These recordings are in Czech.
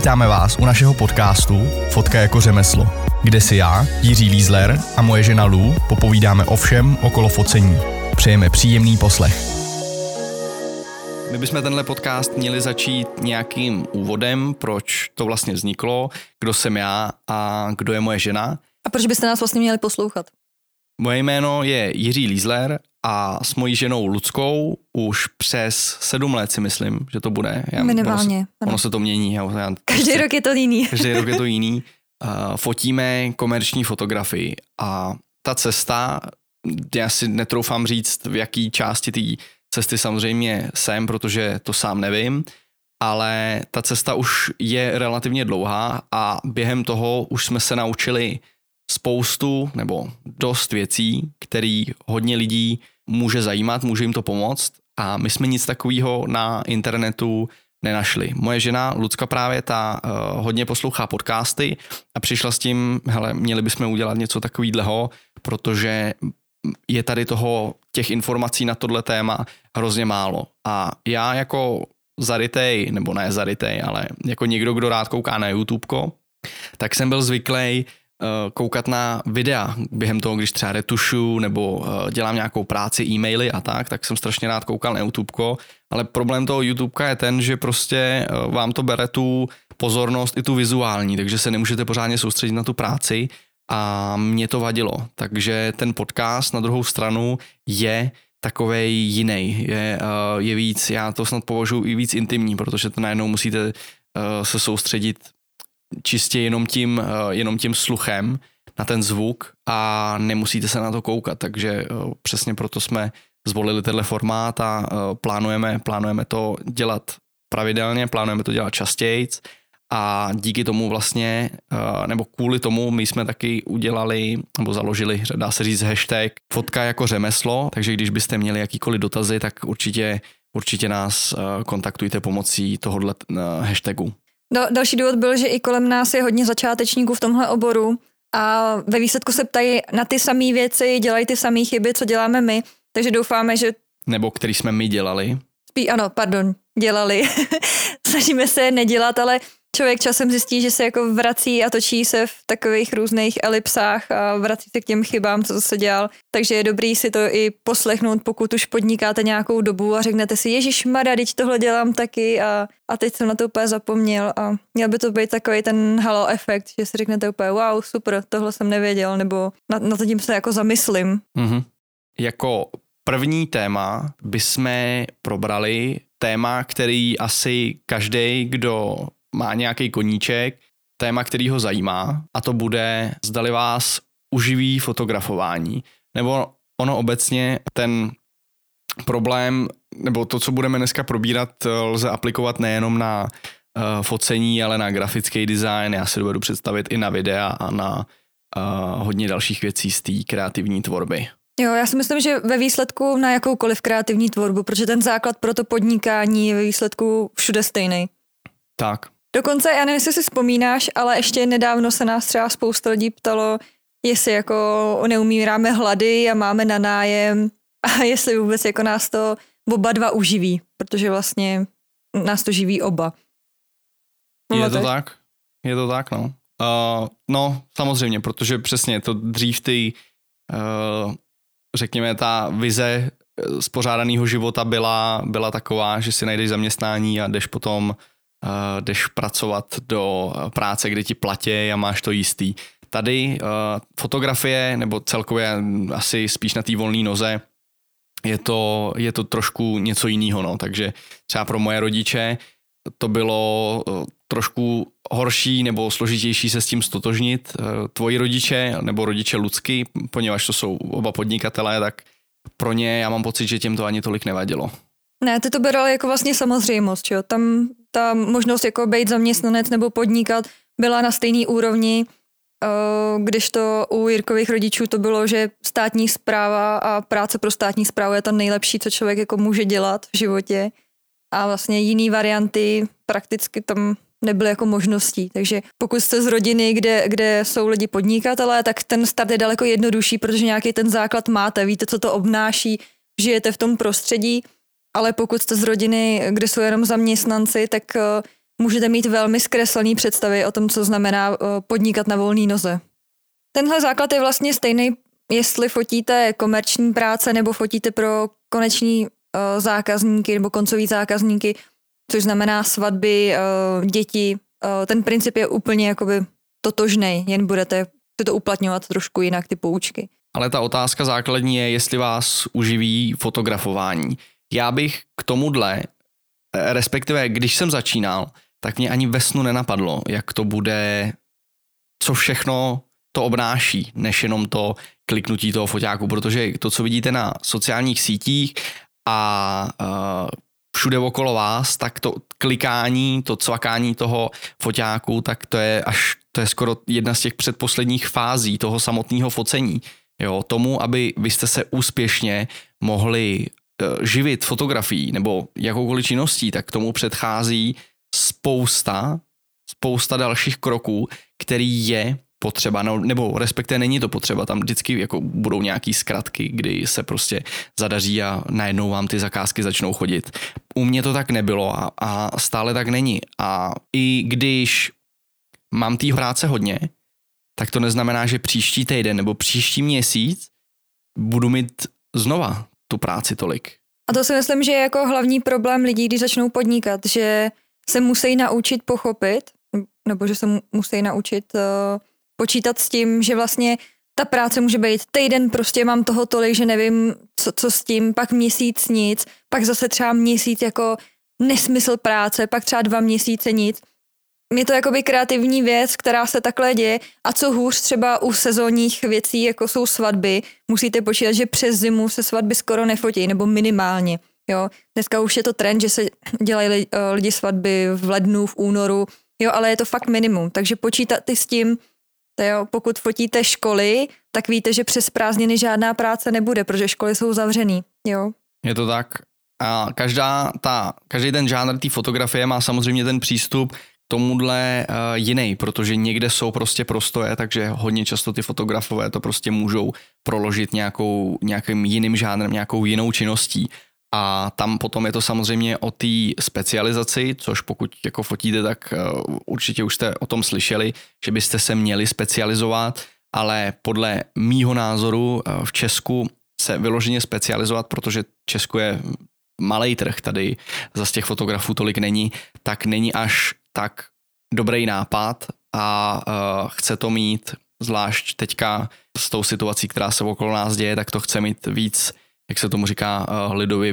Vítáme vás u našeho podcastu Fotka jako řemeslo, kde si já, Jiří Lízler a moje žena Lou popovídáme o všem okolo focení. Přejeme příjemný poslech. My bychom tenhle podcast měli začít nějakým úvodem, proč to vlastně vzniklo, kdo jsem já a kdo je moje žena. A proč byste nás vlastně měli poslouchat? Moje jméno je Jiří Lízler a s mojí ženou Luckou už přes 7 let si myslím, že to bude. Minimálně. Ono se to mění. Každý rok je to jiný. Každý rok je to jiný. Fotíme komerční fotografii a ta cesta, já si netroufám říct, v jaký části té cesty samozřejmě jsem, protože to sám nevím, ale ta cesta už je relativně dlouhá a během toho už jsme se naučili spoustu nebo dost věcí, který hodně lidí může zajímat, může jim to pomoct a my jsme nic takového na internetu nenašli. Moje žena Lucka právě ta hodně poslouchá podcasty a přišla s tím, hele, měli bychom udělat něco takového, protože je tady těch informací na tohle téma hrozně málo. A já jako zarytej, nebo ne zarytej, ale jako někdo, kdo rád kouká na YouTubeko, tak jsem byl zvyklý koukat na videa během toho, když třeba retušu nebo dělám nějakou práci, e-maily a tak jsem strašně rád koukal na YouTubeko, ale problém toho YouTubeka je ten, že prostě vám to bere tu pozornost i tu vizuální, takže se nemůžete pořádně soustředit na tu práci a mě to vadilo. Takže ten podcast na druhou stranu je takovej jiný, je víc, já to snad považuji i víc intimní, protože to najednou musíte se soustředit čistě jenom tím sluchem na ten zvuk a nemusíte se na to koukat, takže přesně proto jsme zvolili tenhle formát a plánujeme to dělat pravidelně, plánujeme to dělat častěji a díky tomu vlastně, nebo kvůli tomu my jsme taky udělali, nebo založili, dá se říct, hashtag Fotka jako řemeslo, takže když byste měli jakýkoliv dotazy, tak určitě nás kontaktujte pomocí tohohle hashtagu. Další důvod byl, že i kolem nás je hodně začátečníků v tomhle oboru a ve výsledku se ptají na ty samé věci, dělají ty samé chyby, co děláme my, takže doufáme, že... Nebo který jsme my dělali. Dělali. Snažíme se nedělat, ale člověk časem zjistí, že se jako vrací a točí se v takových různých elipsách a vrací se k těm chybám, co se dělal. Takže je dobrý si to i poslechnout, pokud už podnikáte nějakou dobu a řeknete si, ježišmarja, teď tohle dělám taky a teď jsem na to úplně zapomněl a měl by to být takový ten halo efekt, že si řeknete úplně wow, super, tohle jsem nevěděl, nebo na to tím se jako zamyslím. Mm-hmm. Jako první téma bychom probrali téma, který asi každý, kdo má nějaký koníček, téma, který ho zajímá a to bude, zdali vás uživí fotografování. Nebo ono obecně ten problém, nebo to, co budeme dneska probírat, lze aplikovat nejenom na focení, ale na grafický design. Já si dovedu představit i na videa a na hodně dalších věcí z té kreativní tvorby. Jo, já si myslím, že ve výsledku na jakoukoliv kreativní tvorbu, protože ten základ pro to podnikání je ve výsledku všude stejný. Tak. Dokonce, já nevím, jestli si vzpomínáš, ale ještě nedávno se nás třeba spousta lidí ptalo, jestli jako neumíráme hlady a máme na nájem a jestli vůbec jako nás to oba dva uživí, protože vlastně nás to živí oba. Je to tak, no. No, samozřejmě, protože přesně to dřív řekněme, ta vize spořádaného života byla taková, že si najdeš zaměstnání a jdeš pracovat do práce, kde ti platí a máš to jistý. Tady fotografie, nebo celkově asi spíš na té volné noze, je to trošku něco jiného, no. Takže třeba pro moje rodiče to bylo trošku horší nebo složitější se s tím stotožnit. Tvoji rodiče nebo rodiče Lucky, poněvadž to jsou oba podnikatelé, tak pro ně já mám pocit, že těm to ani tolik nevadilo. Ne, ty to beral jako vlastně samozřejmost, jo. Tam ta možnost jako být zaměstnanec nebo podnikat byla na stejný úrovni, když to u Jirkových rodičů to bylo, že státní správa a práce pro státní správu je to nejlepší, co člověk jako může dělat v životě a vlastně jiný varianty prakticky tam nebyly jako možností. Takže pokud jste z rodiny, kde jsou lidi podnikatelé, tak ten start je daleko jednodušší, protože nějaký ten základ máte, víte, co to obnáší, žijete v tom prostředí, ale pokud jste z rodiny, kde jsou jenom zaměstnanci, tak můžete mít velmi zkreslený představy o tom, co znamená podnikat na volné noze. Tenhle základ je vlastně stejný, jestli fotíte komerční práce nebo fotíte pro koneční zákazníky nebo koncový zákazníky, což znamená svatby, děti. Ten princip je úplně jakoby totožnej, jen budete si to uplatňovat trošku jinak, ty poučky. Ale ta otázka základní je, jestli vás uživí fotografování. Já bych k tomuhle, respektive když jsem začínal, tak mě ani ve snu nenapadlo, jak to bude, co všechno to obnáší, než jenom to kliknutí toho foťáku, protože to, co vidíte na sociálních sítích a všude okolo vás, tak to klikání, to cvakání toho foťáku, tak to je skoro jedna z těch předposledních fází toho samotného focení. Jo, tomu, aby vy jste se úspěšně mohli živit fotografií nebo jakoukoliv činností, tak tomu předchází spousta dalších kroků, který je potřeba, nebo respektive není to potřeba, tam vždycky jako budou nějaký zkratky, kdy se prostě zadaří a najednou vám ty zakázky začnou chodit. U mě to tak nebylo a stále tak není. A i když mám té práce hodně, tak to neznamená, že příští týden nebo příští měsíc budu mít znova tu práci tolik. A to si myslím, že je jako hlavní problém lidí, když začnou podnikat, že se musí naučit pochopit, nebo že se musí naučit počítat s tím, že vlastně ta práce může být týden, prostě mám toho tolik, že nevím, co s tím, pak měsíc nic, pak zase třeba měsíc jako nesmysl práce, pak třeba 2 měsíce nic. Je to jakoby kreativní věc, která se takhle děje a co hůř třeba u sezónních věcí, jako jsou svatby, musíte počítat, že přes zimu se svatby skoro nefotí, nebo minimálně. Jo. Dneska už je to trend, že se dělají lidi svatby v lednu, v únoru, jo, ale je to fakt minimum, takže počítat i s tím, jo, pokud fotíte školy, tak víte, že přes prázdniny žádná práce nebude, protože školy jsou zavřený, jo. Je to tak. A každý ten žánr té fotografie má samozřejmě ten přístup k tomuhle jiný, protože někde jsou prostě prostoje, takže hodně často ty fotografové to prostě můžou proložit nějakým jiným žánrem, nějakou jinou činností. A tam potom je to samozřejmě o té specializaci, což pokud jako fotíte, tak určitě už jste o tom slyšeli, že byste se měli specializovat, ale podle mýho názoru v Česku se vyloženě specializovat, protože Česku je malej trh, tady zas těch fotografů tolik není, tak není až tak dobrý nápad a chce to mít, zvlášť teďka s tou situací, která se okolo nás děje, tak to chce mít víc, jak se tomu říká lidově,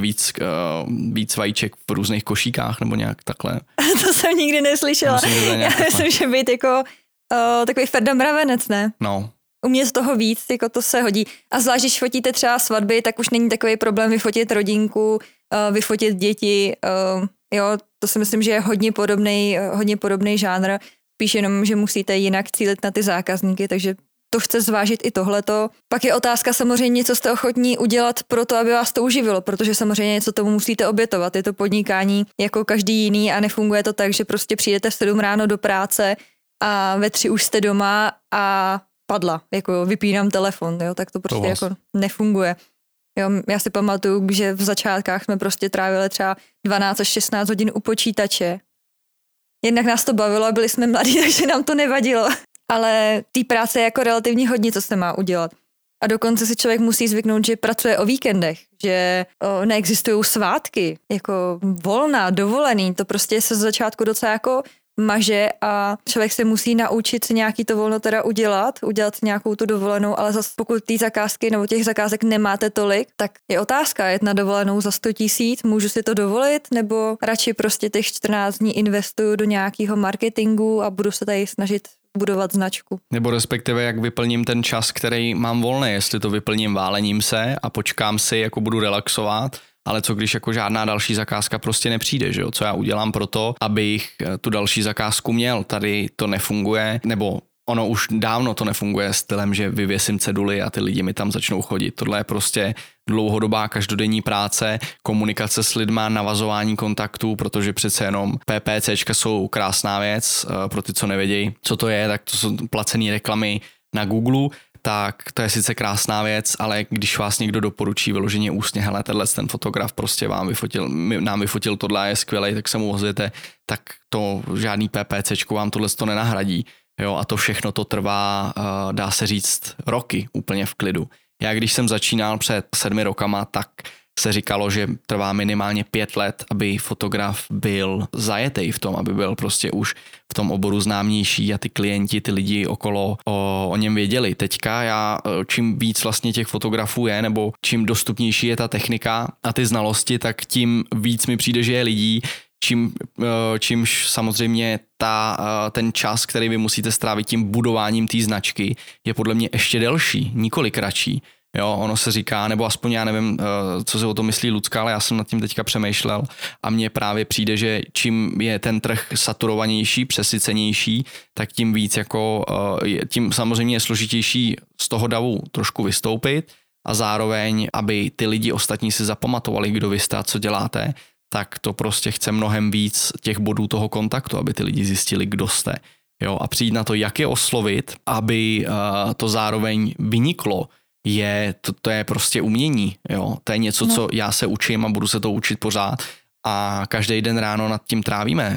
víc vajíček v různých košíkách nebo nějak takhle. To jsem nikdy neslyšela. Já myslím, že být jako takový Ferda Mravenec, ne? No. Umět z toho víc, jako to se hodí. A zvlášť, když fotíte třeba svatby, tak už není takový problém vyfotit rodinku, vyfotit děti. Jo, to si myslím, že je hodně podobný žánr. Spíš jenom, že musíte jinak cílit na ty zákazníky, takže to chce zvážit i tohleto. Pak je otázka samozřejmě, co jste ochotní udělat pro to, aby vás to uživilo, protože samozřejmě něco tomu musíte obětovat. Je to podnikání jako každý jiný a nefunguje to tak, že prostě přijdete v 7 ráno do práce a ve 3 už jste doma a padla, jako vypínám telefon, jo, tak to prostě jako nefunguje. Jo, já si pamatuju, že v začátkách jsme prostě trávili třeba 12 až 16 hodin u počítače. Jednak nás to bavilo a byli jsme mladí, takže nám to nevadilo. Ale té práce je jako relativně hodně, co se má udělat. A dokonce si člověk musí zvyknout, že pracuje o víkendech, že neexistují svátky, jako volná, dovolený, to prostě se z začátku docela jako maže a člověk se musí naučit si nějaký to volno teda udělat nějakou tu dovolenou, ale zase pokud ty zakázky nebo těch zakázek nemáte tolik, tak je otázka, jet na dovolenou za 100 000, můžu si to dovolit, nebo radši prostě těch 14 dní investuju do nějakého marketingu a budu se tady snažit budovat značku. Nebo respektive jak vyplním ten čas, který mám volný, jestli to vyplním válením se a počkám si, jako budu relaxovat, ale co když jako žádná další zakázka prostě nepřijde, že jo? Co já udělám pro to, abych tu další zakázku měl, tady to nefunguje, nebo ono už dávno to nefunguje stylem, že vyvěsím ceduly a ty lidi mi tam začnou chodit. Tohle je prostě dlouhodobá každodenní práce, komunikace s lidma, navazování kontaktů, protože přece jenom PPCčka jsou krásná věc, pro ty, co nevědějí, co to je, tak to jsou placené reklamy na Google. tak to je sice krásná věc, ale když vás někdo doporučí vyloženě ústně, hele, ten fotograf prostě nám vyfotil tohle a je skvělej, tak se mu ozvěte, tak to žádný PPCčko vám tohle to nenahradí. Jo, a to všechno to trvá, dá se říct, roky úplně v klidu. Já když jsem začínal před 7 rokama, tak se říkalo, že trvá minimálně 5 let, aby fotograf byl zajetej v tom, aby byl prostě už v tom oboru známější a ty klienti, ty lidi okolo o něm věděli. Teďka čím víc vlastně těch fotografů je, nebo čím dostupnější je ta technika a ty znalosti, tak tím víc mi přijde, že je lidí, čímž samozřejmě ten čas, který vy musíte strávit tím budováním té značky, je podle mě ještě delší, nikoli kratší. Jo, ono se říká, nebo aspoň já nevím, co se o tom myslí Lucka, ale já jsem nad tím teďka přemýšlel a mně právě přijde, že čím je ten trh saturovanější, přesycenější, tak tím víc tím samozřejmě je složitější z toho davu trošku vystoupit a zároveň, aby ty lidi ostatní si zapamatovali, kdo vy jste a co děláte, tak to prostě chce mnohem víc těch bodů toho kontaktu, aby ty lidi zjistili, kdo jste. Jo, a přijít na to, jak je oslovit, aby to zároveň vyniklo, to je prostě umění, jo. To je něco, co já se učím a budu se to učit pořád a každý den ráno nad tím trávíme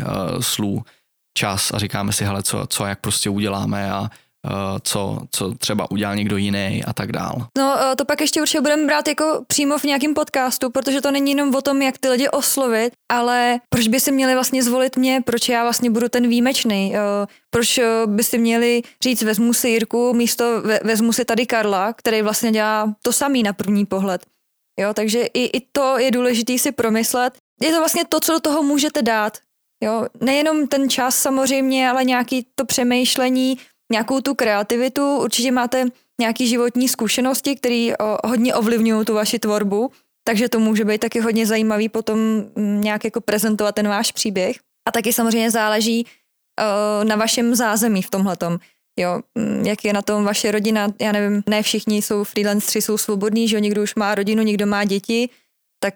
čas a říkáme si, hele, co jak prostě uděláme a co třeba udělal někdo jiný a tak dál. No to pak ještě určitě budeme brát jako přímo v nějakém podcastu, protože to není jenom o tom, jak ty lidi oslovit, ale proč by si měli vlastně zvolit mě, proč já vlastně budu ten výjimečný, proč by si měli říct, vezmu si Jirku, vezmu si tady Karla, který vlastně dělá to samý na první pohled. Jo, takže i to je důležité si promyslet. Je to vlastně to, co do toho můžete dát. Jo, nejenom ten čas samozřejmě, ale nějaký to přemýšlení, nějakou tu kreativitu, určitě máte nějaké životní zkušenosti, které hodně ovlivňují tu vaši tvorbu, takže to může být taky hodně zajímavý potom nějak jako prezentovat ten váš příběh. A taky samozřejmě záleží na vašem zázemí v tomhletom. Jo, jak je na tom vaše rodina, já nevím, ne všichni jsou freelanceri, jsou svobodní, že někdo už má rodinu, někdo má děti, tak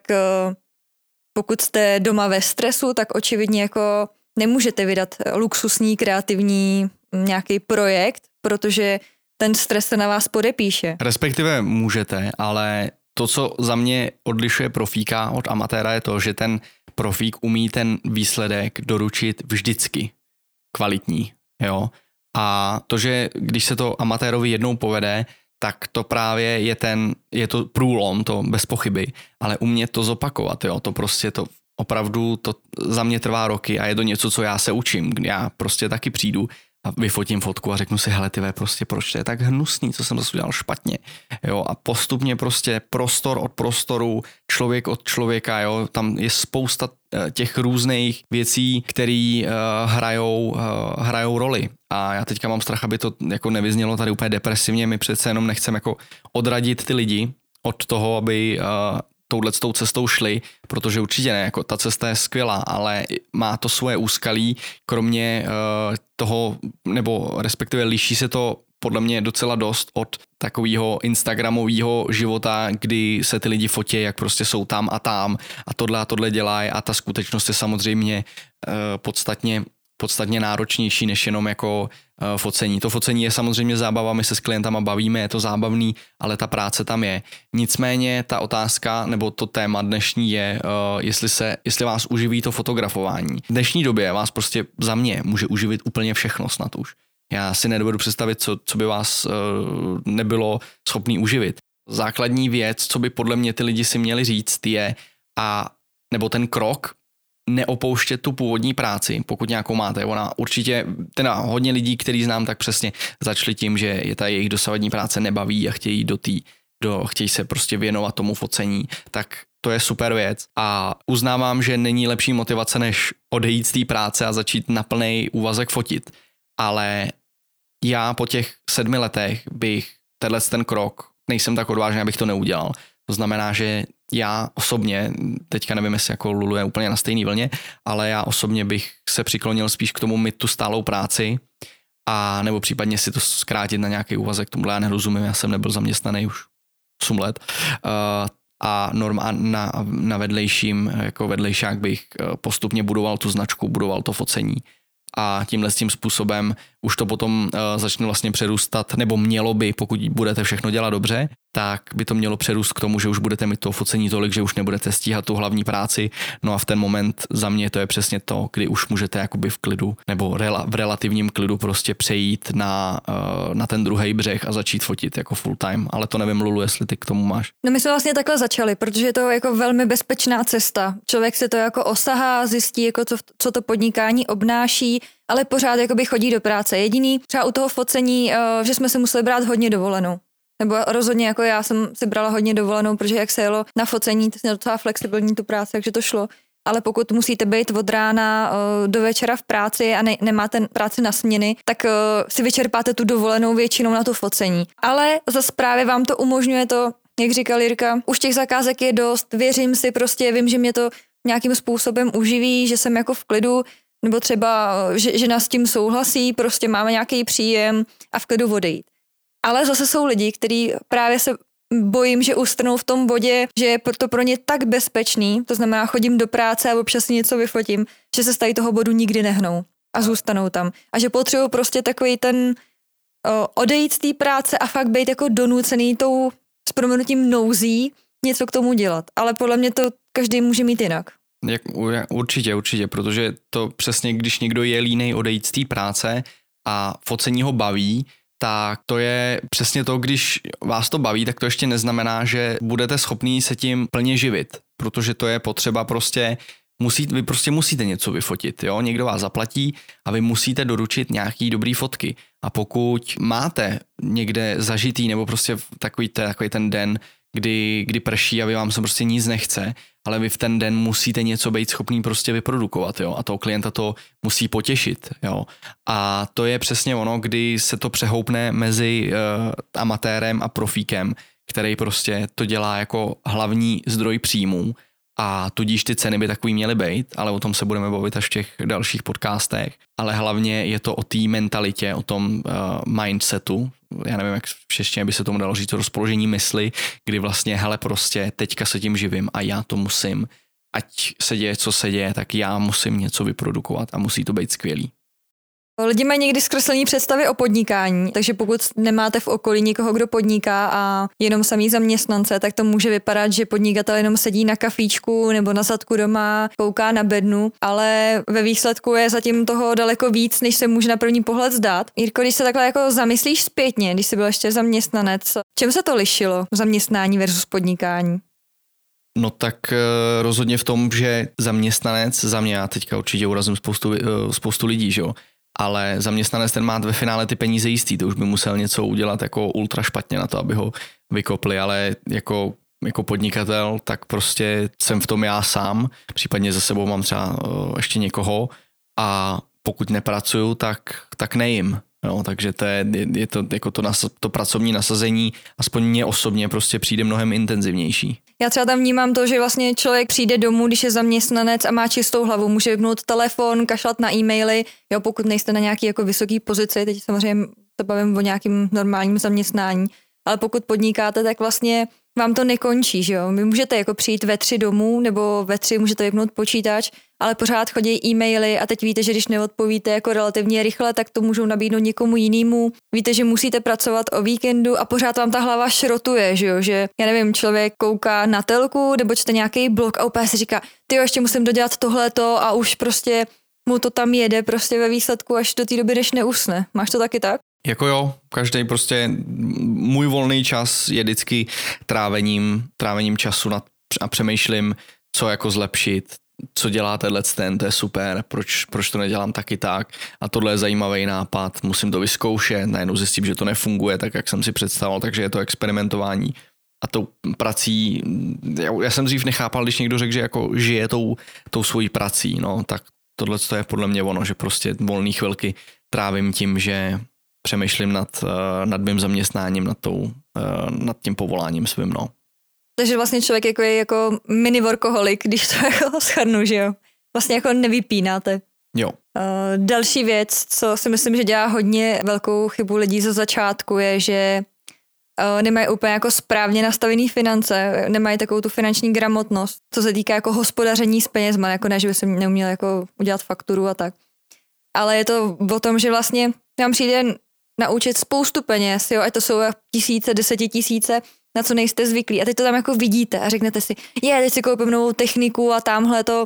pokud jste doma ve stresu, tak očividně jako nemůžete vydat luxusní, kreativní nějaký projekt, protože ten stres se na vás podepíše. Respektive můžete, ale to, co za mě odlišuje profíka od amatéra, je to, že ten profík umí ten výsledek doručit vždycky kvalitní, jo. A to, že když se to amatérovi jednou povede, tak to právě je to průlom, to bez pochyby, ale umět to zopakovat, jo, to prostě to opravdu to za mě trvá roky a je to něco, co já se učím. Já prostě taky přijdu a vyfotím fotku a řeknu si, hele tyve, prostě proč to je tak hnusný, co jsem zase udělal špatně. Jo, a postupně prostě prostor od prostoru, člověk od člověka, jo, tam je spousta těch různých věcí, které hrajou roli. A já teďka mám strach, aby to jako nevyznělo tady úplně depresivně, my přece jenom nechceme jako odradit ty lidi od toho, aby touhletou cestou šli, protože určitě ne, jako ta cesta je skvělá, ale má to svoje úskalí, kromě toho, nebo respektive liší se to podle mě docela dost od takového instagramového života, kdy se ty lidi fotí, jak prostě jsou tam a tohle dělají a ta skutečnost je samozřejmě podstatně náročnější než jenom jako focení. To focení je samozřejmě zábava, my se s klientama bavíme, je to zábavný, ale ta práce tam je. Nicméně ta otázka nebo to téma dnešní je, jestli vás uživí to fotografování. V dnešní době vás prostě za mě může uživit úplně všechno snad už. Já si nedovedu představit, co by vás nebylo schopný uživit. Základní věc, co by podle mě ty lidi si měli říct, je nebo ten krok, neopouštět tu původní práci, pokud nějakou máte. Ona určitě, teda hodně lidí, který znám, tak přesně začali tím, že je ta jejich dosavadní práce nebaví a chtějí se prostě věnovat tomu focení, tak to je super věc. A uznávám, že není lepší motivace, než odejít z té práce a začít na plnej úvazek fotit. Ale já po těch 7 letech bych ten krok, nejsem tak odvážný, abych to neudělal. To znamená, že já osobně, teďka nevím, jestli jako Lulu je úplně na stejný vlně, ale já osobně bych se přiklonil spíš k tomu mít tu stálou práci a nebo případně si to zkrátit na nějaký úvazek, tomuhle já nerozumím, já jsem nebyl zaměstnaný už 8 let a na vedlejším, jako vedlejšák bych postupně budoval tu značku, budoval to focení a tímhle s tím způsobem už to potom začne vlastně přerůstat, nebo mělo by, pokud budete všechno dělat dobře, tak by to mělo přerůst k tomu, že už budete mít to focení tolik, že už nebudete stíhat tu hlavní práci. No a v ten moment za mě to je přesně to, kdy už můžete jakoby v klidu nebo v relativním klidu prostě přejít na ten druhý břeh a začít fotit jako full time. Ale to nevím, Lulu, jestli ty k tomu máš. No my jsme vlastně takhle začali, protože je to jako velmi bezpečná cesta. Člověk si to jako osahá, zjistí, jako co to podnikání obnáší, ale pořád jakoby chodí do práce. Jediný třeba u toho focení, že jsme se museli brát hodně dovolenou. Nebo rozhodně jako já jsem si brala hodně dovolenou, protože jak se jelo na focení, to je docela flexibilní tu práci, takže to šlo. Ale pokud musíte být od rána do večera v práci a nemáte práci na směny, tak si vyčerpáte tu dovolenou většinou na to focení. Ale zase právě vám to umožňuje to, jak říkal Jirka, už těch zakázek je dost, věřím si prostě, vím, že mě to nějakým způsobem uživí, že jsem jako v klidu, nebo třeba žena s tím souhlasí, prostě máme nějaký příjem a v klidu odejít. Ale zase jsou lidi, kteří právě se bojím, že ustrnou v tom bodě, že je to pro ně tak bezpečný, to znamená chodím do práce a občas si něco vyfotím, že se z tady toho bodu nikdy nehnou a zůstanou tam. A že potřebují prostě takový ten odejít z té práce a fakt být jako donucený tou s proměnutím nouzí něco k tomu dělat. Ale podle mě to každý může mít jinak. Určitě, protože to přesně, když někdo je línej odejít z té práce a focení ho baví, tak to je přesně to, když vás to baví, tak to ještě neznamená, že budete schopný se tím plně živit, protože to je potřeba vy prostě musíte něco vyfotit, jo? Někdo vás zaplatí a vy musíte doručit nějaký dobrý fotky. A pokud máte někde zažitý nebo prostě takový ten den, kdy prší a vy vám se prostě nic nechce, ale vy v ten den musíte něco být schopný prostě vyprodukovat, jo, a toho klienta to musí potěšit, jo. A to je přesně ono, kdy se to přehoupne mezi amatérem a profíkem, který prostě to dělá jako hlavní zdroj příjmů a tudíž ty ceny by takový měly být, ale o tom se budeme bavit až v těch dalších podcastech, ale hlavně je to o té mentalitě, o tom mindsetu, já nevím, jak v češtině by se tomu dalo říct, rozpoložení mysli, kdy vlastně, hele, prostě teďka se tím živím a já to musím, ať se děje, co se děje, tak já musím něco vyprodukovat a musí to být skvělý. Lidi mají někdy zkreslené představy o podnikání, takže pokud nemáte v okolí někoho, kdo podniká a jenom samý zaměstnance, tak to může vypadat, že podnikatel jenom sedí na kafíčku nebo na zadku doma, kouká na bednu, ale ve výsledku je zatím toho daleko víc, než se může na první pohled zdát. Jirko, když se takhle jako zamyslíš zpětně, když jsi byl ještě zaměstnanec, čem se to lišilo, zaměstnání versus podnikání? No tak rozhodně v tom, že zaměstnanec, za mě, já teďka určitě urazím spoustu lidí, že jo, ale zaměstnanec ten má ve finále ty peníze jistý, to už by musel něco udělat jako ultra špatně na to, aby ho vykopli, ale jako podnikatel, tak prostě jsem v tom já sám, případně za sebou mám třeba ještě někoho a pokud nepracuju, tak nejím. Jo, takže je to jako to pracovní nasazení, aspoň mně osobně prostě přijde mnohem intenzivnější. Já třeba tam vnímám to, že vlastně člověk přijde domů, když je zaměstnanec a má čistou hlavu, může vypnout telefon, kašlat na e-maily, jo, pokud nejste na nějaký jako vysoký pozici, teď samozřejmě to bavím o nějakým normálním zaměstnání, ale pokud podnikáte, tak vlastně vám to nekončí, že jo. Vy můžete jako přijít ve 3 domů, nebo ve 3 můžete vypnout počítač, ale pořád chodí e-maily a teď víte, že když neodpovíte jako relativně rychle, tak to můžou nabídnout někomu jinému. Víte, že musíte pracovat o víkendu a pořád vám ta hlava šrotuje, že jo, že já nevím, člověk kouká na telku nebo čte nějaký blog a úplně si říká, tyjo, ještě musím dodělat tohleto a už prostě mu to tam jede prostě ve výsledku až do té doby, než neusne. Máš to taky tak? Jako jo, každý prostě, můj volný čas je vždycky trávením času a přemýšlím, co jako zlepšit, co dělá ten, to je super, proč to nedělám taky tak a tohle je zajímavý nápad, musím to vyzkoušet, najednou zjistím, že to nefunguje tak, jak jsem si představoval, takže je to experimentování a tou prací, já jsem dřív nechápal, když někdo řekl, že jako žije tou svojí prací, no tak tohle je podle mě ono, že prostě volný chvilky trávím tím, že přemýšlím nad mým zaměstnáním, nad tím povoláním svým, no. Takže vlastně člověk je jako mini workoholik, když to jako shrnu, že jo. Vlastně jako nevypínáte. Jo. Další věc, co si myslím, že dělá hodně velkou chybu lidí ze začátku, je, že nemají úplně jako správně nastavený finance, nemají takovou tu finanční gramotnost, co se týká jako hospodaření s penězma, jako ne, že by se neuměl jako udělat fakturu a tak. ale je to o tom, že vlastně nám přijde naučit spoustu peněz, jo, ať to jsou tisíce, 10 000, na co nejste zvyklí. A teď to tam jako vidíte a řeknete si, teď si koupím novou techniku a tamhle to.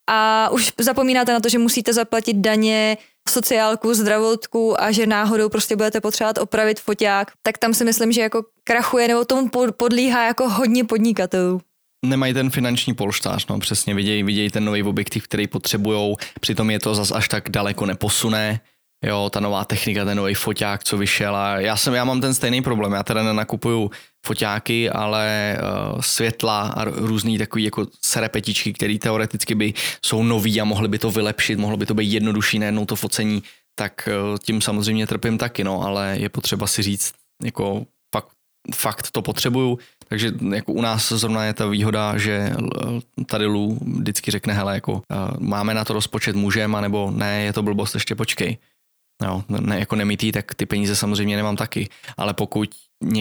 A už zapomínáte na to, že musíte zaplatit daně, sociálku, zdravotku a že náhodou prostě budete potřebovat opravit foťák. Tak tam si myslím, že jako krachuje nebo tomu podlíhá jako hodně podnikatelů. Nemají ten finanční polštář, no přesně, vidějí ten nový objektiv, který potřebujou, přitom je to zas až tak daleko neposuné. Jo, ta nová technika, ten nový foťák, co vyšel a já mám ten stejný problém, já teda nenakupuju foťáky, ale světla a různý takový jako serepetičky, které teoreticky by jsou nový a mohly by to vylepšit, mohlo by to být jednodušší najednou to focení, tak tím samozřejmě trpím taky, no, ale je potřeba si říct, jako fakt to potřebuju, takže jako u nás zrovna je ta výhoda, že tady Lu vždycky řekne, hele, jako máme na to rozpočet, můžeme, anebo ne, je to blbost, ještě počkej. No, ne, jako nemitý, tak ty peníze samozřejmě nemám taky, ale pokud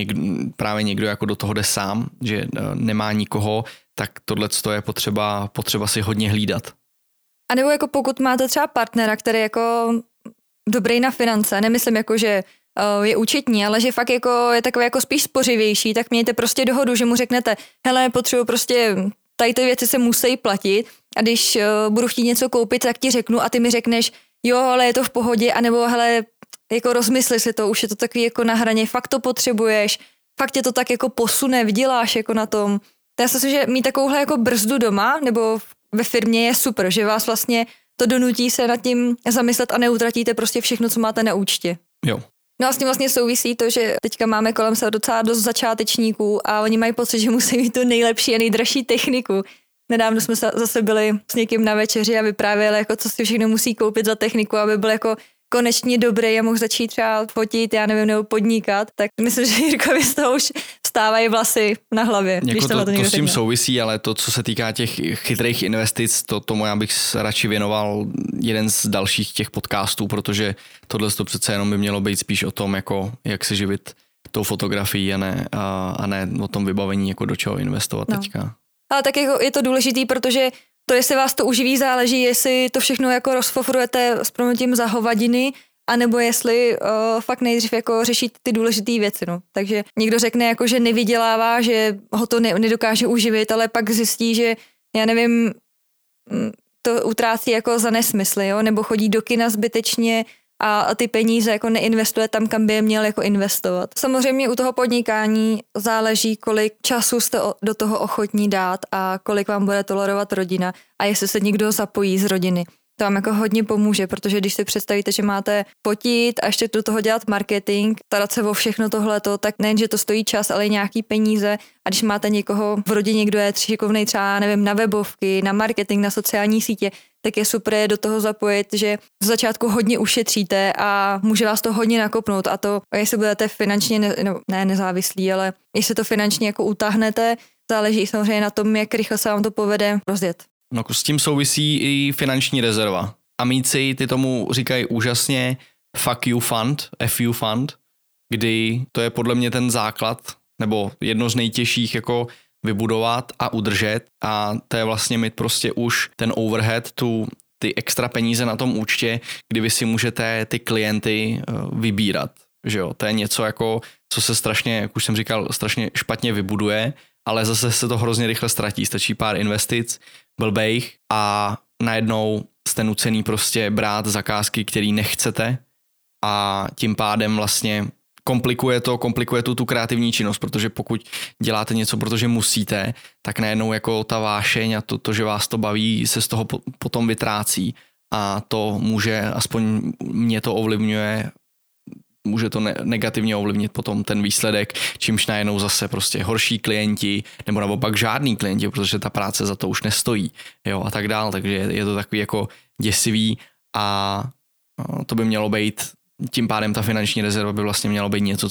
právě někdo jako do toho jde sám, že nemá nikoho, tak tohleto je potřeba si hodně hlídat. A nebo jako pokud máte třeba partnera, který je jako dobrý na finance, nemyslím jako, že je účetní, ale že fakt jako je takový jako spíš spořivější, tak mějte prostě dohodu, že mu řeknete, hele, potřebuji prostě, tady ty věci se musí platit a když budu chtít něco koupit, tak ti řeknu a ty mi řekneš, jo, ale je to v pohodě, anebo hele, jako rozmysli si to, už je to takový jako na hraně, fakt to potřebuješ, fakt tě to tak jako posune, vyděláš jako na tom. Já si myslím, že mít takovouhle jako brzdu doma nebo ve firmě je super, že vás vlastně to donutí se nad tím zamyslet a neutratíte prostě všechno, co máte na účtě. Jo. No a s tím vlastně souvisí to, že teďka máme kolem se docela dost začátečníků a oni mají pocit, že musí mít tu nejlepší a nejdražší techniku. Nedávno jsme zase byli s někým na večeři a vyprávěli, jako co si všechno musí koupit za techniku, aby byl jako konečně dobrý a mohl začít třeba fotit, já nevím, nebo podnikat. Tak myslím, že Jirkovi z toho už vstávají vlasy na hlavě. Jako když to s tím souvisí, ale to, co se týká těch chytrých investic, tomu já bych radši věnoval jeden z dalších těch podcastů, protože tohle to přece jenom by mělo být spíš o tom, jako jak se živit tou fotografií a ne o tom vybavení, jako do čeho investovat teďka. Ale tak jako je to důležitý, protože to, jestli vás to uživí, záleží, jestli to všechno jako rozfofrujete s proměnutím za hovadiny, anebo jestli fakt nejdřív jako řešit ty důležité věci. No. Takže někdo řekne, jako, že nevydělává, že ho to nedokáže uživit, ale pak zjistí, že já nevím, to utrácí jako za nesmysly, jo? Nebo chodí do kina zbytečně a ty peníze jako neinvestuje tam, kam by je měl jako investovat. Samozřejmě u toho podnikání záleží, kolik času jste do toho ochotní dát a kolik vám bude tolerovat rodina a jestli se někdo zapojí z rodiny. To vám jako hodně pomůže, protože když si představíte, že máte fotit a ještě do toho dělat marketing, starat se o všechno tohleto, tak nejen, že to stojí čas, ale i nějaký peníze. A když máte někoho v rodině, kdo je šikovnej třeba, nevím, na webovky, na marketing, na sociální sítě, tak je super je do toho zapojit, že z začátku hodně ušetříte a může vás to hodně nakopnout. A to, jestli budete finančně, nezávislí, ale jestli to finančně jako utáhnete, záleží samozřejmě na tom, jak rychle se vám to povede rozjet. No, s tím souvisí i finanční rezerva. Amici, ty tomu říkají úžasně fuck you fund, FU fund, kdy to je podle mě ten základ, nebo jedno z nejtěžších jako vybudovat a udržet a to je vlastně mít prostě už ten overhead, ty extra peníze na tom účtě, kdy vy si můžete ty klienty vybírat, že jo. To je něco jako, co se strašně, jak už jsem říkal, strašně špatně vybuduje, ale zase se to hrozně rychle ztratí. Stačí pár investic, blbejch a najednou jste nucený prostě brát zakázky, které nechcete a tím pádem vlastně komplikuje tu kreativní činnost, protože pokud děláte něco, protože musíte, tak najednou jako ta vášeň a to, že vás to baví, se z toho potom vytrácí a to může, aspoň mě to ovlivňuje, může to negativně ovlivnit potom ten výsledek, čímž najednou zase prostě horší klienti, nebo naopak žádný klienti, protože ta práce za to už nestojí, jo, a tak dál, takže je to takový jako děsivý a to by mělo být, tím pádem ta finanční rezerva by vlastně mělo být něco,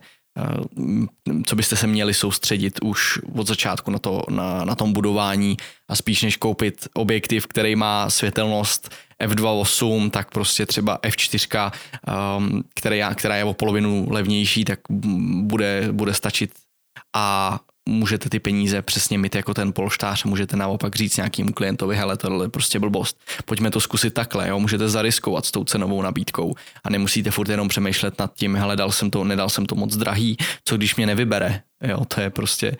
co byste se měli soustředit už od začátku na tom budování a spíš než koupit objektiv, který má světelnost f2.8, tak prostě třeba f4, která je o polovinu levnější, tak bude stačit. A můžete ty peníze přesně mít jako ten polštář, můžete naopak říct nějakému klientovi, hele, tohle je prostě blbost, pojďme to zkusit takhle, jo, můžete zariskovat s tou cenovou nabídkou a nemusíte furt jenom přemýšlet nad tím, hele, nedal jsem to moc drahý, co když mě nevybere, jo, to je prostě,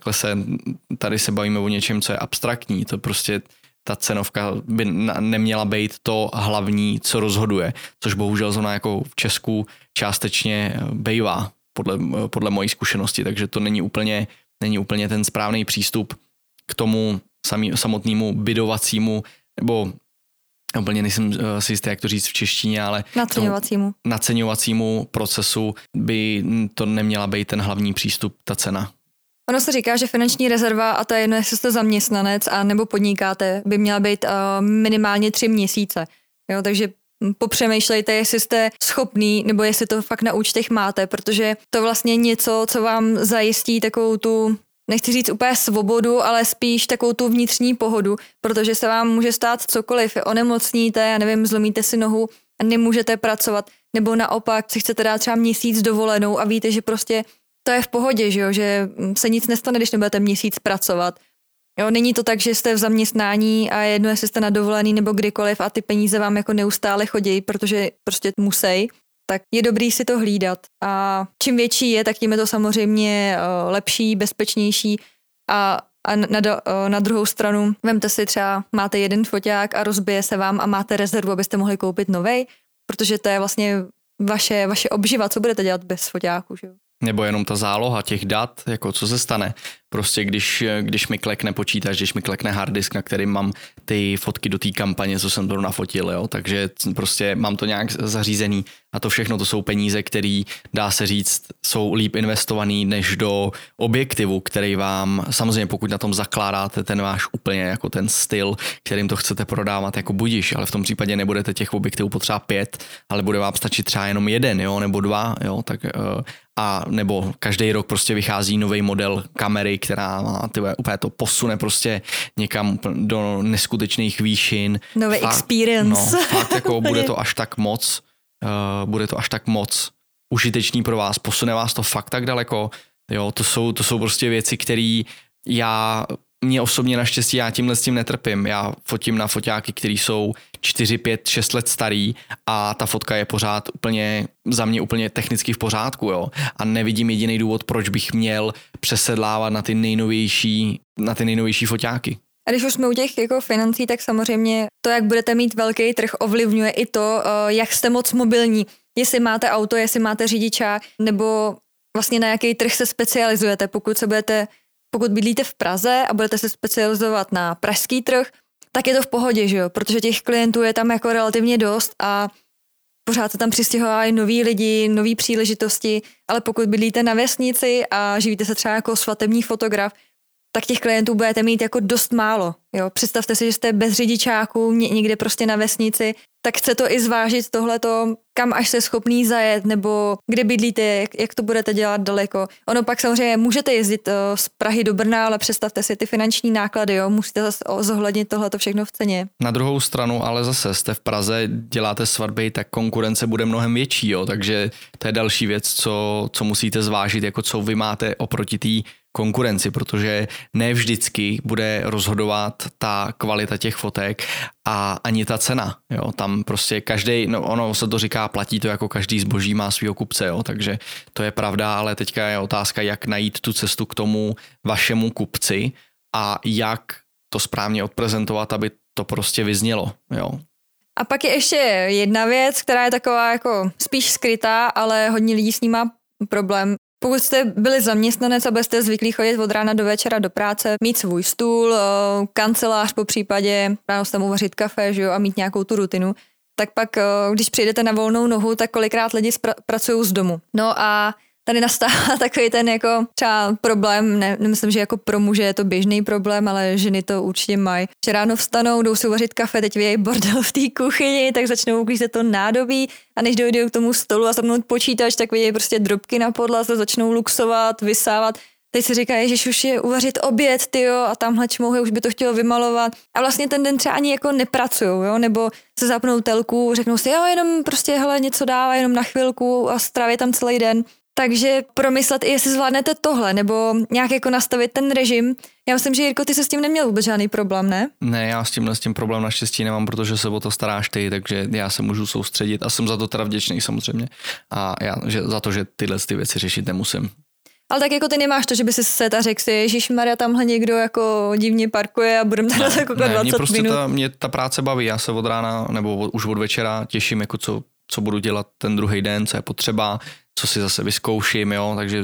tady se bavíme o něčem, co je abstraktní, to prostě ta cenovka by neměla být to hlavní, co rozhoduje, což bohužel zrovna jako v Česku částečně bejvá, podle mojí zkušenosti, takže to není úplně ten správný přístup k tomu samotnému bidovacímu, nebo úplně nejsem si jistý, jak to říct v češtině, ale naceňovacímu procesu by to neměla být ten hlavní přístup, ta cena. Ono se říká, že finanční rezerva, a to je jedno, jestli jste zaměstnanec a nebo podnikáte, by měla být minimálně 3 měsíce. Jo, takže popřemýšlejte, jestli jste schopný, nebo jestli to fakt na účtech máte, protože to vlastně něco, co vám zajistí takovou tu, nechci říct úplně svobodu, ale spíš takovou tu vnitřní pohodu, protože se vám může stát cokoliv, onemocníte, já nevím, zlomíte si nohu a nemůžete pracovat, nebo naopak si chcete dát třeba měsíc dovolenou a víte, že prostě to je v pohodě, že se nic nestane, když nebudete měsíc pracovat. Jo, není to tak, že jste v zaměstnání a jedno, jestli jste na dovolený nebo kdykoliv a ty peníze vám jako neustále chodí, protože prostě musí, tak je dobrý si to hlídat. A čím větší je, tak tím je to samozřejmě lepší, bezpečnější a na druhou stranu vemte si třeba, máte jeden foťák a rozbije se vám a máte rezervu, abyste mohli koupit novej, protože to je vlastně vaše obživa, co budete dělat bez foťáku, že jo? Nebo jenom ta záloha těch dat, jako co se stane. Prostě když mi klekne počítač, když mi klekne harddisk, na kterým mám ty fotky do té kampaně, co jsem to nafotil, jo? Takže prostě mám to nějak zařízený a to všechno to jsou peníze, které, dá se říct, jsou líp investovaný než do objektivu, který vám, samozřejmě pokud na tom zakládáte ten váš úplně jako ten styl, kterým to chcete prodávat, jako budiš, ale v tom případě nebudete těch objektivů potřeba 5, ale bude vám stačit třeba jenom 1, jo, nebo 2, jo, tak a nebo každý rok prostě vychází nový model kamery, která má úplně to posune prostě někam do neskutečných výšin. Nový experience. No, fakt jako bude to až tak moc užitečný pro vás, posune vás to fakt tak daleko, jo, to jsou prostě věci, které mě osobně naštěstí já tímhle s tím netrpím. Já fotím na foťáky, které jsou 4, 5, 6 let starý a ta fotka je pořád za mě úplně technicky v pořádku, jo. A nevidím jediný důvod, proč bych měl přesedlávat na ty nejnovější foťáky. A když už jsme u těch jako financí, tak samozřejmě to, jak budete mít velký trh, ovlivňuje i to, jak jste moc mobilní. Jestli máte auto, jestli máte řidičák, nebo vlastně na jaký trh se specializujete. Pokud bydlíte v Praze a budete se specializovat na pražský trh, tak je to v pohodě, že jo? Protože těch klientů je tam jako relativně dost a pořád se tam přistěhovají noví lidi, nový příležitosti, ale pokud bydlíte na vesnici a živíte se třeba jako svatební fotograf, tak těch klientů budete mít jako dost málo. Jo? Představte si, že jste bez řidičáků někde prostě na vesnici, tak chce to i zvážit tohleto, kam až jste schopný zajet, nebo kde bydlíte, jak to budete dělat daleko. Ono pak samozřejmě můžete jezdit z Prahy do Brna, ale představte si ty finanční náklady, jo? Musíte zohlednit tohleto všechno v ceně. Na druhou stranu, ale zase jste v Praze, děláte svatby, tak konkurence bude mnohem větší, jo? Takže to je další věc, co musíte zvážit, jako co vy máte oproti té konkurenci, protože ne vždycky bude rozhodovat ta kvalita těch fotek a ani ta cena, jo, tam prostě ono se to říká, platí to jako každý zboží má svýho kupce, jo, takže to je pravda, ale teďka je otázka, jak najít tu cestu k tomu vašemu kupci a jak to správně odprezentovat, aby to prostě vyznělo, jo. A pak je ještě jedna věc, která je taková jako spíš skrytá, ale hodně lidí s ní má problém. Pokud jste byli zaměstnanec a byste zvyklí chodit od rána do večera do práce, mít svůj stůl, kancelář po případě, ráno si tam uvařit kafe, že jo, a mít nějakou tu rutinu, tak pak, když přijdete na volnou nohu, tak kolikrát lidi pracují z domu. No a tady nastává takový ten jako třeba problém, nemyslím, že jako pro muže je to běžný problém, ale ženy to určitě mají. Že ráno vstanou, jdou si uvařit kafe, teď vějí bordel v té kuchyni, tak začnou uklízet to nádobí a než dojdou k tomu stolu a zapnout počítač, tak vidějí prostě drobky na podlaze, začnou luxovat, vysávat. Teď si říká, ježiš, už je uvařit oběd, tyjo, a tamhle čmouhy, už by to chtělo vymalovat. A vlastně ten den třeba ani jako nepracujou, jo, nebo se zapnou telku, řeknou si, jo, jenom prostě hele, něco dává, jenom na chvilku a stráví tam celý den. Takže promyslet i jestli zvládnete tohle, nebo nějak jako nastavit ten režim. Já myslím, že Jirko, ty se s tím neměl vůbec žádný problém, ne? Ne, já s tím problém naštěstí nemám, protože se o to staráš ty, takže já se můžu soustředit a jsem za to teda vděčný samozřejmě. A za to, že tyhle ty věci řešit nemusím. Ale tak jako ty nemáš to, že by si sedl a řekl si, ježišmarja, tamhle někdo jako divně parkuje a budeme tady jako 20 minut. Mě ta práce baví, já se od rána nebo už od večera těším, jako co budu dělat ten druhý den, co je potřeba, co si zase vyzkouším, jo, takže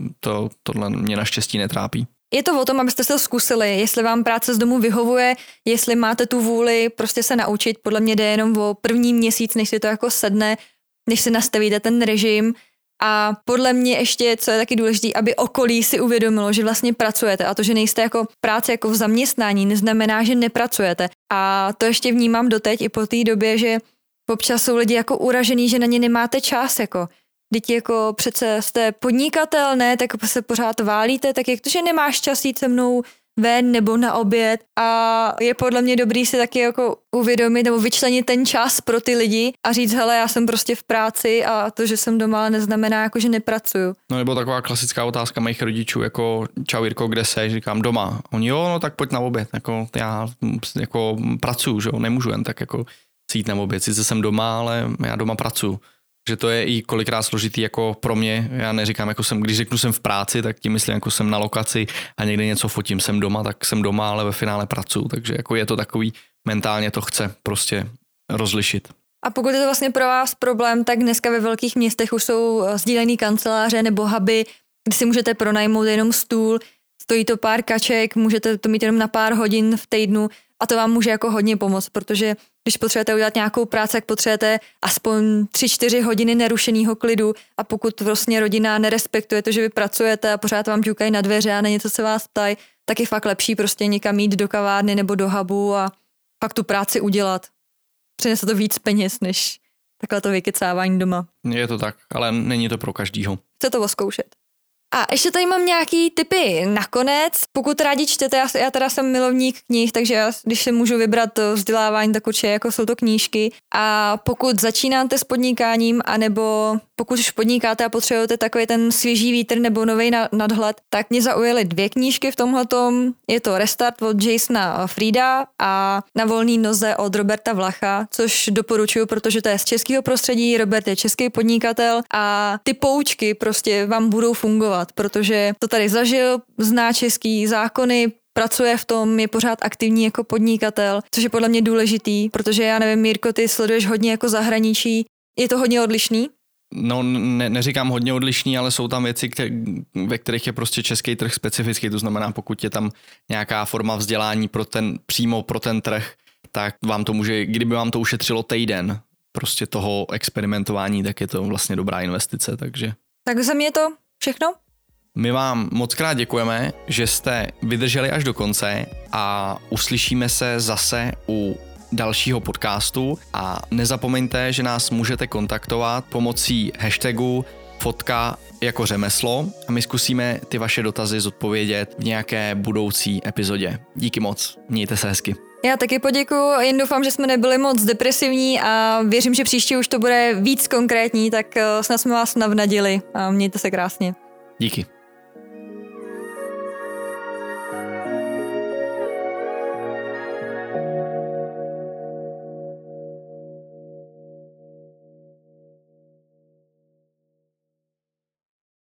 tohle mě naštěstí netrápí. Je to o tom, abyste se to zkusili, jestli vám práce z domu vyhovuje, jestli máte tu vůli prostě se naučit, podle mě jde jenom o první měsíc, než si to jako sedne, než si nastavíte ten režim. A podle mě ještě, co je taky důležité, aby okolí si uvědomilo, že vlastně pracujete a to, že nejste jako práce jako v zaměstnání, neznamená, že nepracujete. A to ještě vnímám doteď i po té době, že občas jsou lidi jako uražený, že na ně nemáte čas, jako. Vždyť jako přece jste podnikatel, ne, tak se pořád válíte, tak jak to, že nemáš čas jít se mnou ven nebo na oběd a je podle mě dobrý si taky jako uvědomit nebo vyčlenit ten čas pro ty lidi a říct, hele, já jsem prostě v práci a to, že jsem doma, ale neznamená jako, že nepracuju. No nebo taková klasická otázka mých rodičů, jako čau Jirko, kde seš? Říkám doma. Oni jo, no tak pojď na oběd, jako já jako pracuju, že jo, nemůžu jen tak jako jít na oběd, sice jsem doma, ale já doma pracuju. Že to je i kolikrát složitý jako pro mě, já neříkám, jako když řeknu jsem v práci, tak tím myslím, jako jsem na lokaci a někde něco fotím, jsem doma, tak jsem doma, ale ve finále pracuju, takže jako je to takový, mentálně to chce prostě rozlišit. A pokud je to vlastně pro vás problém, tak dneska ve velkých městech už jsou sdílený kanceláře nebo huby, kde si můžete pronajmout jenom stůl, stojí to pár kaček, můžete to mít jenom na pár hodin v týdnu a to vám může jako hodně pomoct, protože když potřebujete udělat nějakou práci, tak potřebujete aspoň 3-4 hodiny nerušeného klidu a pokud vlastně rodina nerespektuje to, že vy pracujete a pořád vám ťukají na dveře a na něco se vás ptají, tak je fakt lepší prostě někam jít do kavárny nebo do hubu a fakt tu práci udělat. Přinese to víc peněz, než takhle to vykecávání doma. Je to tak, ale není to pro každýho. Chce to oskoušet. A ještě tady mám nějaký tipy nakonec. Pokud rádi čtete, já teda jsem milovník knih, takže já, když si můžu vybrat vzdělávání, tak určitě jako jsou to knížky. A pokud začínáte s podnikáním, anebo pokud už podnikáte a potřebujete takový ten svěží vítr nebo nový nadhled, tak mě zaujaly 2 knížky v tomhletom. Je to Restart od Jasona Frieda a Na volné noze od Roberta Vlacha, což doporučuji, protože to je z českého prostředí, Robert je český podnikatel a ty poučky prostě vám budou fungovat, protože to tady zažil, zná český zákony, pracuje v tom, je pořád aktivní jako podnikatel, což je podle mě důležitý, protože já nevím, Mirko, ty sleduješ hodně jako zahraničí, je to hodně odlišný? No, neříkám hodně odlišný, ale jsou tam věci, ve kterých je prostě český trh specifický, to znamená, pokud je tam nějaká forma vzdělání přímo pro ten trh, tak vám to může, kdyby vám to ušetřilo týden prostě toho experimentování, tak je to vlastně dobrá investice, takže. Tak za mě je to všechno. My vám moc krát děkujeme, že jste vydrželi až do konce a uslyšíme se zase u dalšího podcastu a nezapomeňte, že nás můžete kontaktovat pomocí hashtagu fotka jako řemeslo a my zkusíme ty vaše dotazy zodpovědět v nějaké budoucí epizodě. Díky moc, mějte se hezky. Já taky poděkuju, jen doufám, že jsme nebyli moc depresivní a věřím, že příště už to bude víc konkrétní, tak snad jsme vás navnadili a mějte se krásně. Díky.